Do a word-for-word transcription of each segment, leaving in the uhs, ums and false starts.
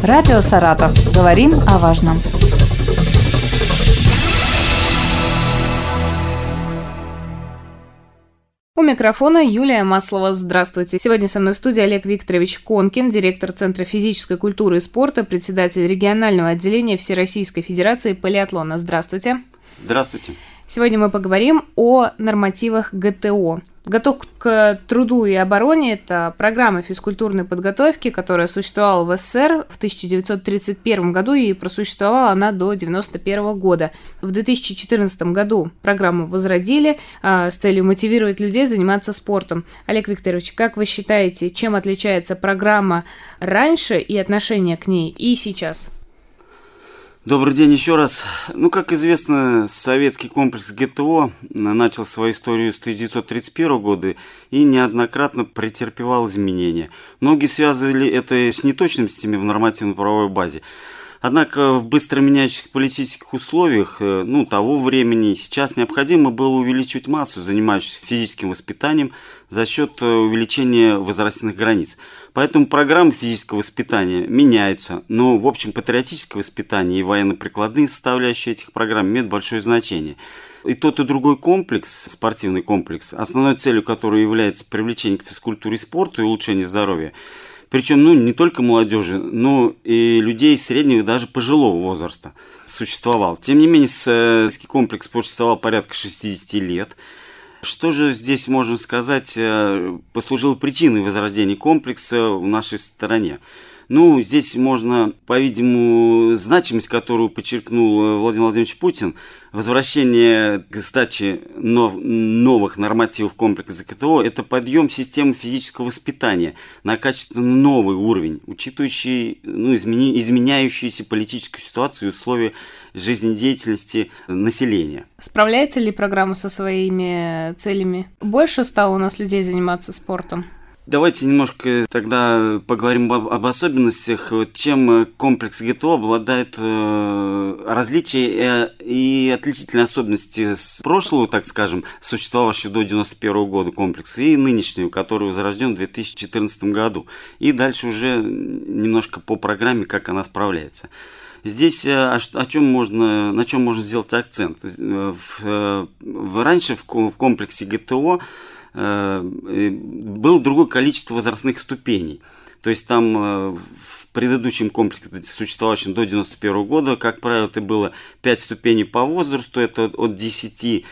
Радио «Саратов». Говорим о важном. У микрофона Юлия Маслова. Здравствуйте. Сегодня со мной в студии Олег Викторович Конкин, директор Центра физической культуры и спорта, председатель регионального отделения Всероссийской Федерации полиатлона. Здравствуйте. Здравствуйте. Сегодня мы поговорим о нормативах ГТО. Подготовка к труду и обороне – это программа физкультурной подготовки, которая существовала в СССР в тысяча девятьсот тридцать первом году и просуществовала она до девяносто первого года. В две тысячи четырнадцатом году программу возродили а, с целью мотивировать людей заниматься спортом. Олег Викторович, как вы считаете, чем отличается программа раньше и отношение к ней и сейчас? Добрый день еще раз. Ну, как известно, советский комплекс ГТО начал свою историю с тысяча девятьсот тридцать первого года и неоднократно претерпевал изменения. Многие связывали это с неточностями в нормативно-правовой базе. Однако в быстро меняющихся политических условиях, ну, того времени, сейчас необходимо было увеличивать массу занимающихся физическим воспитанием за счет увеличения возрастных границ. Поэтому программы физического воспитания меняются, но в общем патриотическое воспитание и военно-прикладные составляющие этих программ имеют большое значение. И тот и другой комплекс, спортивный комплекс, основной целью которого является привлечение к физкультуре и спорту и улучшение здоровья, причем ну, не только молодежи, но и людей среднего и даже пожилого возраста существовал. Тем не менее, советский комплекс существовал порядка шестьдесят лет. Что же здесь можно сказать послужило причиной возрождения комплекса в нашей стране? Ну, здесь можно, по-видимому, значимость, которую подчеркнул Владимир Владимирович Путин, возвращение к сдаче нов- новых нормативов комплекса ГТО – это подъем системы физического воспитания на качественно новый уровень, учитывающий ну, измени- изменяющуюся политическую ситуацию и условия жизнедеятельности населения. Справляется ли программа со своими целями? Больше стало у нас людей заниматься спортом? Давайте немножко тогда поговорим об, об особенностях, чем комплекс ГТО обладает э, различия и, и отличительные особенности с прошлого, так скажем, существовавшего до девяносто первого года комплекса, и нынешнего, который возрожден в две тысячи четырнадцатом году. И дальше уже немножко по программе, как она справляется. Здесь о, о чем можно, на чем можно сделать акцент? В, в, раньше в, в комплексе ГТО было другое количество возрастных ступеней. То есть там в предыдущем комплексе, существовавшем до девяносто первого года, как правило, это было пять ступеней по возрасту, это от десяти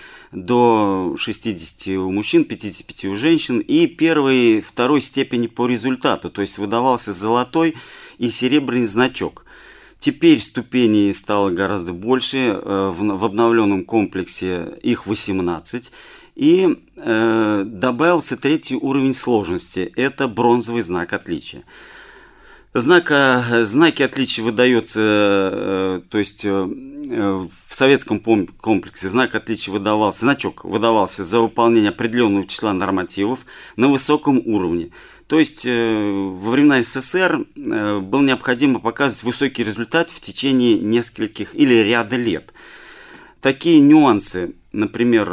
до шестидесяти у мужчин, пятидесяти пяти у женщин, и первой и второй степени по результату, то есть выдавался золотой и серебряный значок. Теперь ступеней стало гораздо больше, в обновленном комплексе их восемнадцать. И э, добавился третий уровень сложности. Это бронзовый знак отличия. Знак, знаки отличия выдается, э, то есть э, в советском комплексе знак отличия выдавался, значок выдавался за выполнение определенного числа нормативов на высоком уровне. То есть э, во времена СССР э, было необходимо показывать высокий результат в течение нескольких или ряда лет. Такие нюансы, например,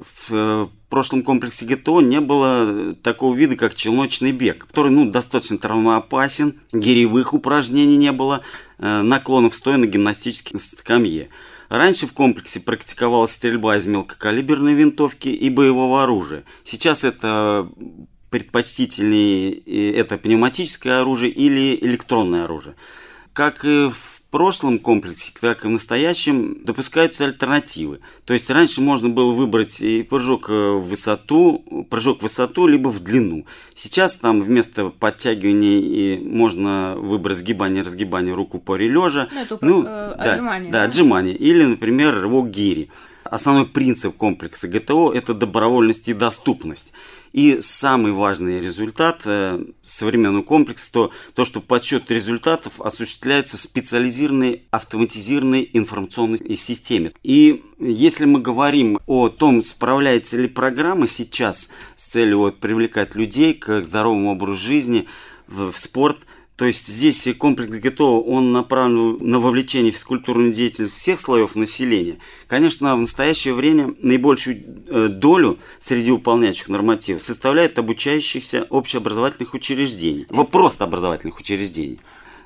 в прошлом комплексе ГТО не было такого вида, как челночный бег, который ну, достаточно травмоопасен, гиревых упражнений не было, наклонов стоя на гимнастической скамье. Раньше в комплексе практиковалась стрельба из мелкокалиберной винтовки и боевого оружия. Сейчас это предпочтительнее это пневматическое оружие или электронное оружие. Как и в прошлом комплексе, так и в настоящем допускаются альтернативы. То есть раньше можно было выбрать и прыжок в высоту, прыжок в высоту, либо в длину. Сейчас там вместо подтягивания и можно выбрать сгибание, разгибание рук в упоре лежа. Ну, это ну, э, да, отжимание. Да, Да, отжимание. Или, например, рывок гири. Основной принцип комплекса ГТО – это добровольность и доступность. И самый важный результат э, современного комплекса то, то, что подсчет результатов осуществляется в специализированной автоматизированной информационной системе. И если мы говорим о том, справляется ли программа сейчас с целью вот, привлекать людей к здоровому образу жизни в, в спорт, то есть здесь комплекс ГТО, он направлен на вовлечение в физкультурную деятельность всех слоев населения. Конечно, в настоящее время наибольшую долю среди выполняющих нормативов составляет обучающихся общеобразовательных учреждений. Просто образовательных учреждений.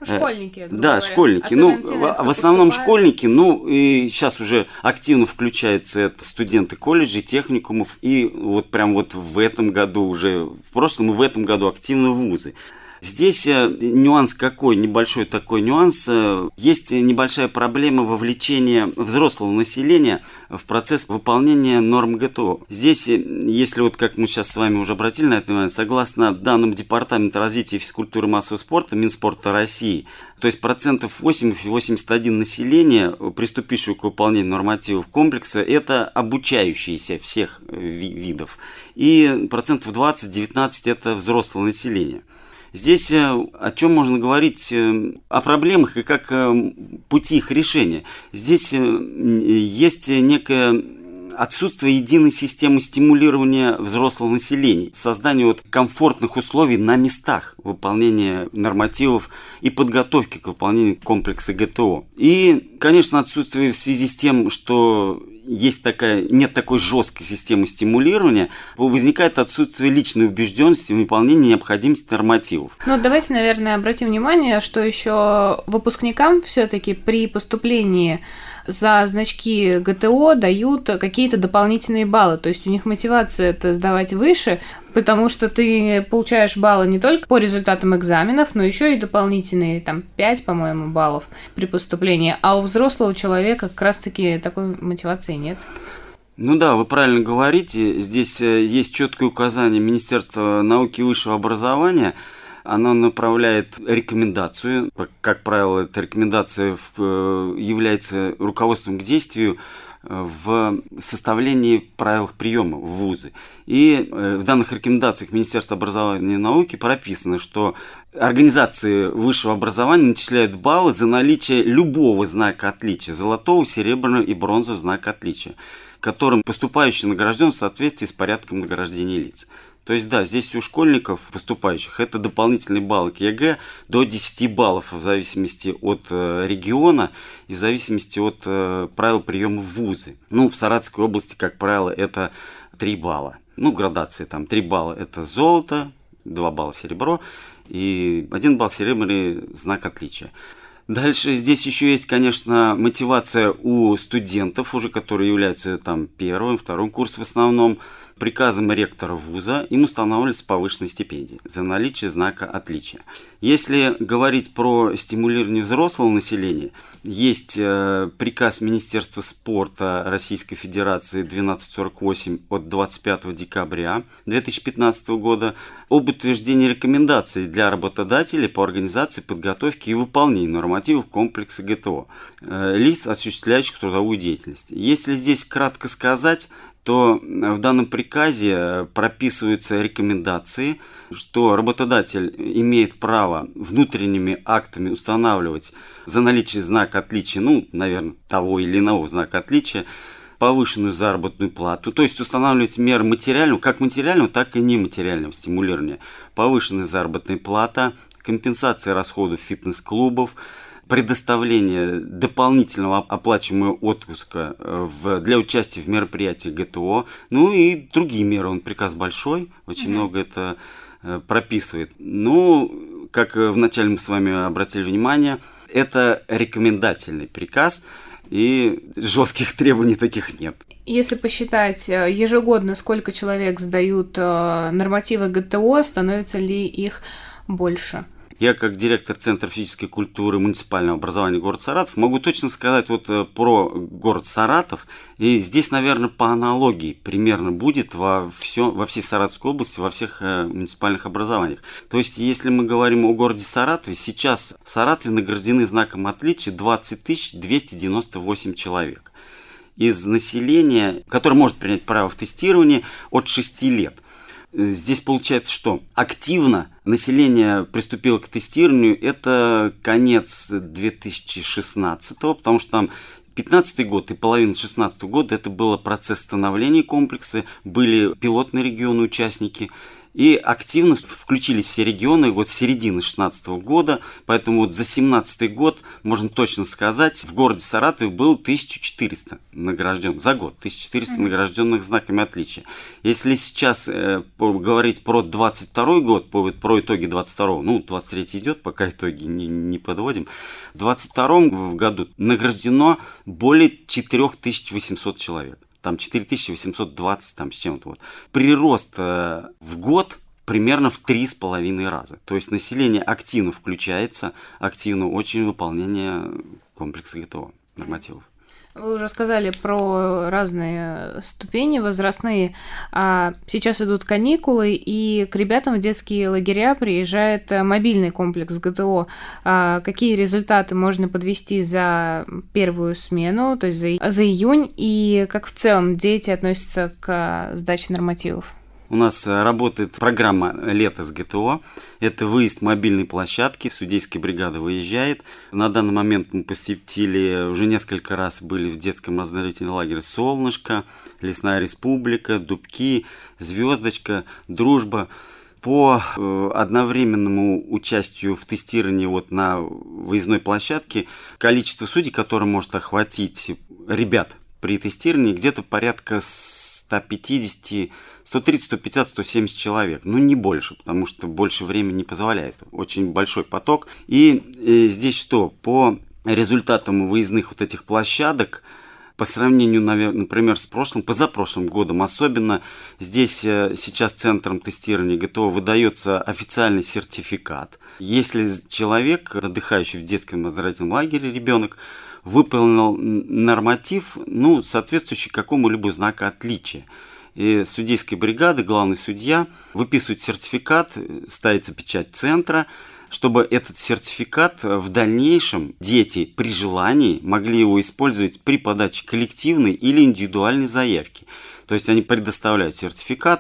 Школьники, Да, говоря. школьники. Ну, в, в основном поступает. школьники, ну, и сейчас уже активно включаются это студенты колледжей, техникумов, и вот прям вот в этом году уже, в прошлом и в этом году активно вузы. Здесь нюанс какой, небольшой такой нюанс. Есть небольшая проблема вовлечения взрослого населения в процесс выполнения норм ГТО. Здесь, если вот как мы сейчас с вами уже обратили на это внимание, согласно данным Департамента развития физкультуры и массового спорта Минспорта России, то есть процентов восемьдесят-восемьдесят один населения, приступившего к выполнению нормативов комплекса, это обучающиеся всех видов. И процентов двадцать-девятнадцать это взрослое население. Здесь о чем можно говорить, о проблемах и как пути их решения. Здесь есть некое отсутствие единой системы стимулирования взрослого населения, создание вот комфортных условий на местах выполнения нормативов и подготовки к выполнению комплекса ГТО. И, конечно, отсутствие в связи с тем, что есть такая, нет такой жесткой системы стимулирования, возникает отсутствие личной убежденности в выполнении необходимости нормативов. Ну, давайте, наверное, обратим внимание, что еще выпускникам все-таки при поступлении за значки ГТО дают какие-то дополнительные баллы. То есть у них мотивация это сдавать выше, потому что ты получаешь баллы не только по результатам экзаменов, но еще и дополнительные, там, пять, по-моему, баллов при поступлении. А у взрослого человека как раз-таки такой мотивации нет. Ну да, вы правильно говорите. Здесь есть четкое указание Министерства науки и высшего образования. Оно направляет рекомендацию. Как правило, эта рекомендация является руководством к действию в составлении правил приема в вузы. И в данных рекомендациях Министерства образования и науки прописано, что организации высшего образования начисляют баллы за наличие любого знака отличия, золотого, серебряного и бронзового знака отличия, которым поступающий награжден в соответствии с порядком награждения лиц. То есть, да, здесь у школьников, поступающих, это дополнительные баллы к ЕГЭ до десяти баллов в зависимости от э, региона и в зависимости от э, правил приема в вузы. Ну, в Саратовской области, как правило, это три балла. Ну, градации там три балла – это золото, два балла – серебро и один балл серебряный знак отличия. Дальше здесь еще есть, конечно, мотивация у студентов, уже которые являются там первым, вторым курсом в основном. Приказом ректора вуза им устанавливается повышенная стипендия за наличие знака отличия. Если говорить про стимулирование взрослого населения, есть э, приказ Министерства спорта Российской Федерации двенадцать сорок восемь от двадцать пятого декабря две тысячи пятнадцатого года об утверждении рекомендаций для работодателей по организации, подготовке и выполнению нормативов комплекса ГТО э, лиц, осуществляющих трудовую деятельность. Если здесь кратко сказать, то в данном приказе прописываются рекомендации, что работодатель имеет право внутренними актами устанавливать за наличие знака отличия, ну, наверное, того или иного знака отличия, повышенную заработную плату, то есть устанавливать меры материального, как материального, так и нематериального стимулирования, повышенная заработная плата, компенсация расходов фитнес-клубов, предоставление дополнительного оплачиваемого отпуска в, для участия в мероприятиях ГТО, ну и другие меры. Он приказ большой, очень mm-hmm. много это прописывает. Ну, как вначале мы с вами обратили внимание, это рекомендательный приказ, и жестких требований таких нет. Если посчитать ежегодно, сколько человек сдают нормативы ГТО, становится ли их больше? Я, как директор Центра физической культуры и муниципального образования города Саратов, могу точно сказать вот про город Саратов. И здесь, наверное, по аналогии примерно будет во, все, во всей Саратовской области, во всех э, муниципальных образованиях. То есть, если мы говорим о городе Саратове, сейчас в Саратове награждены знаком отличия двадцать тысяч двести девяносто восемь человек. Из населения, которое может принять право в тестировании от шести лет. Здесь получается, что активно население приступило к тестированию, это конец две тысячи шестнадцатого, потому что там пятнадцатый год и половина шестнадцатого года это был процесс становления комплекса, были пилотные регионы участники. И активно включились все регионы вот с середины две тысячи шестнадцатого года, поэтому вот за две тысячи семнадцатый год, можно точно сказать, в городе Саратове было тысяча четыреста награжденных за год, тысяча четыреста mm-hmm. награжденных знаками отличия. Если сейчас э, говорить про двадцать второй год, по, про итоги двадцать второго, ну, двадцать третий идет, пока итоги не, не подводим, в двадцать втором году награждено более четыре тысячи восемьсот человек. Там четыре тысячи восемьсот двадцать там, с чем-то. Вот. Прирост э, в год примерно в три с половиной раза. То есть население активно включается, активно очень выполнение комплекса ГТО, нормативов. Вы уже сказали про разные ступени возрастные. А сейчас идут каникулы, и к ребятам в детские лагеря приезжает мобильный комплекс ГТО. А какие результаты можно подвести за первую смену, то есть за, за июнь, и как в целом дети относятся к сдаче нормативов? У нас работает программа «Лето с ГТО». Это выезд мобильной площадки, судейская бригада выезжает. На данный момент мы посетили, уже несколько раз были в детском оздоровительном лагере «Солнышко», «Лесная республика», «Дубки», «Звездочка», «Дружба». По одновременному участию в тестировании вот на выездной площадке количество судей, которое может охватить ребят при тестировании, где-то порядка сто пятьдесят, сто тридцать, сто пятьдесят, сто семьдесят человек. Ну, не больше, потому что больше времени не позволяет. Очень большой поток. И, и здесь что? По результатам выездных вот этих площадок, по сравнению, например, с прошлым, позапрошлым годом, особенно здесь сейчас центром тестирования ГТО выдается официальный сертификат. Если человек, отдыхающий в детском оздоровительном лагере, ребенок, выполнил норматив, ну, соответствующий какому-либо знаку отличия. И судейская бригада, главный судья, выписывает сертификат, ставится печать центра, чтобы этот сертификат в дальнейшем дети при желании могли его использовать при подаче коллективной или индивидуальной заявки. То есть они предоставляют сертификат,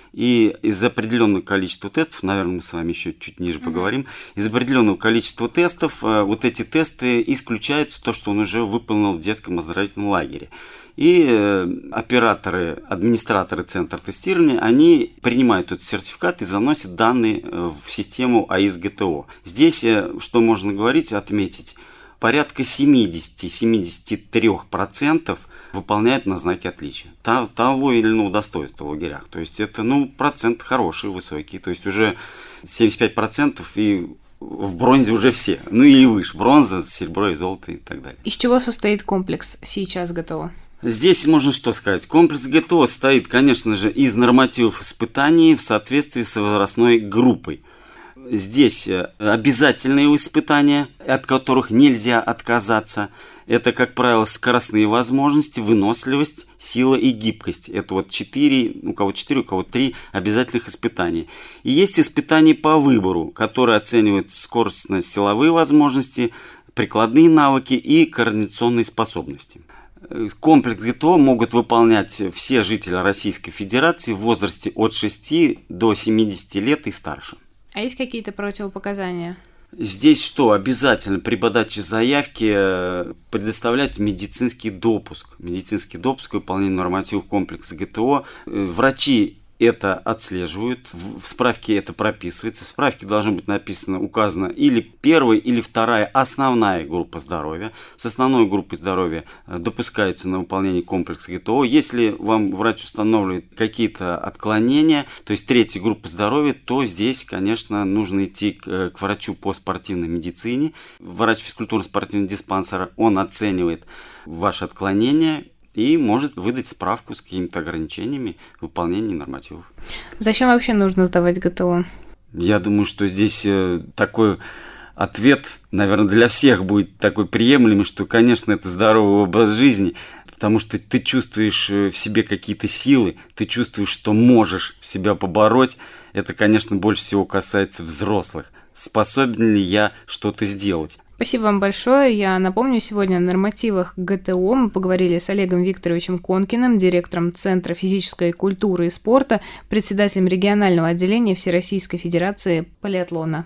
и из определенного количества тестов, наверное, мы с вами еще чуть ниже поговорим, mm-hmm. из определенного количества тестов вот эти тесты исключаются, то, что он уже выполнил в детском оздоровительном лагере. И операторы, администраторы центра тестирования, они принимают этот сертификат и заносят данные в систему АИС ГТО. Здесь, что можно говорить, отметить, порядка семьдесят-семьдесят три процента выполняют на знаке отличия того или иного достоинства в лагерях. То есть это, ну, процент хороший, высокий. То есть уже семьдесят пять процентов и в бронзе уже все. Ну или выше. Бронза, серебро и золото и так далее. Из чего состоит комплекс сейчас ГТО? Здесь можно что сказать. Комплекс ГТО состоит, конечно же, из нормативов испытаний в соответствии с возрастной группой. Здесь обязательные испытания, от которых нельзя отказаться. Это, как правило, скоростные возможности, выносливость, сила и гибкость. Это вот четыре, у кого четыре, у кого три обязательных испытания. И есть испытания по выбору, которые оценивают скоростно-силовые возможности, прикладные навыки и координационные способности. Комплекс ГТО могут выполнять все жители Российской Федерации в возрасте от шести до семидесяти лет и старше. А есть какие-то противопоказания? Здесь что? Обязательно при подаче заявки предоставлять медицинский допуск. Медицинский допуск к выполнению нормативов комплекса ГТО. Врачи это отслеживают, в справке это прописывается. В справке должно быть написано, указано или первая, или вторая основная группа здоровья. С основной группой здоровья допускаются на выполнение комплекса ГТО. Если вам врач устанавливает какие-то отклонения, то есть третья группа здоровья, то здесь, конечно, нужно идти к, к врачу по спортивной медицине. Врач физкультурно-спортивного диспансера, он оценивает ваши отклонения и может выдать справку с какими-то ограничениями выполнения нормативов. Зачем вообще нужно сдавать ГТО? Я думаю, что здесь такой ответ, наверное, для всех будет такой приемлемый, что, конечно, это здоровый образ жизни, потому что ты чувствуешь в себе какие-то силы, ты чувствуешь, что можешь себя побороть. Это, конечно, больше всего касается взрослых. Способен ли я что-то сделать? Спасибо вам большое. Я напомню, сегодня о нормативах ГТО мы поговорили с Олегом Викторовичем Конкиным, директором Центра физической культуры и спорта, председателем регионального отделения Всероссийской Федерации полиатлона.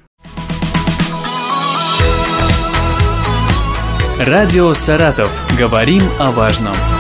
Радио «Саратов». Говорим о важном.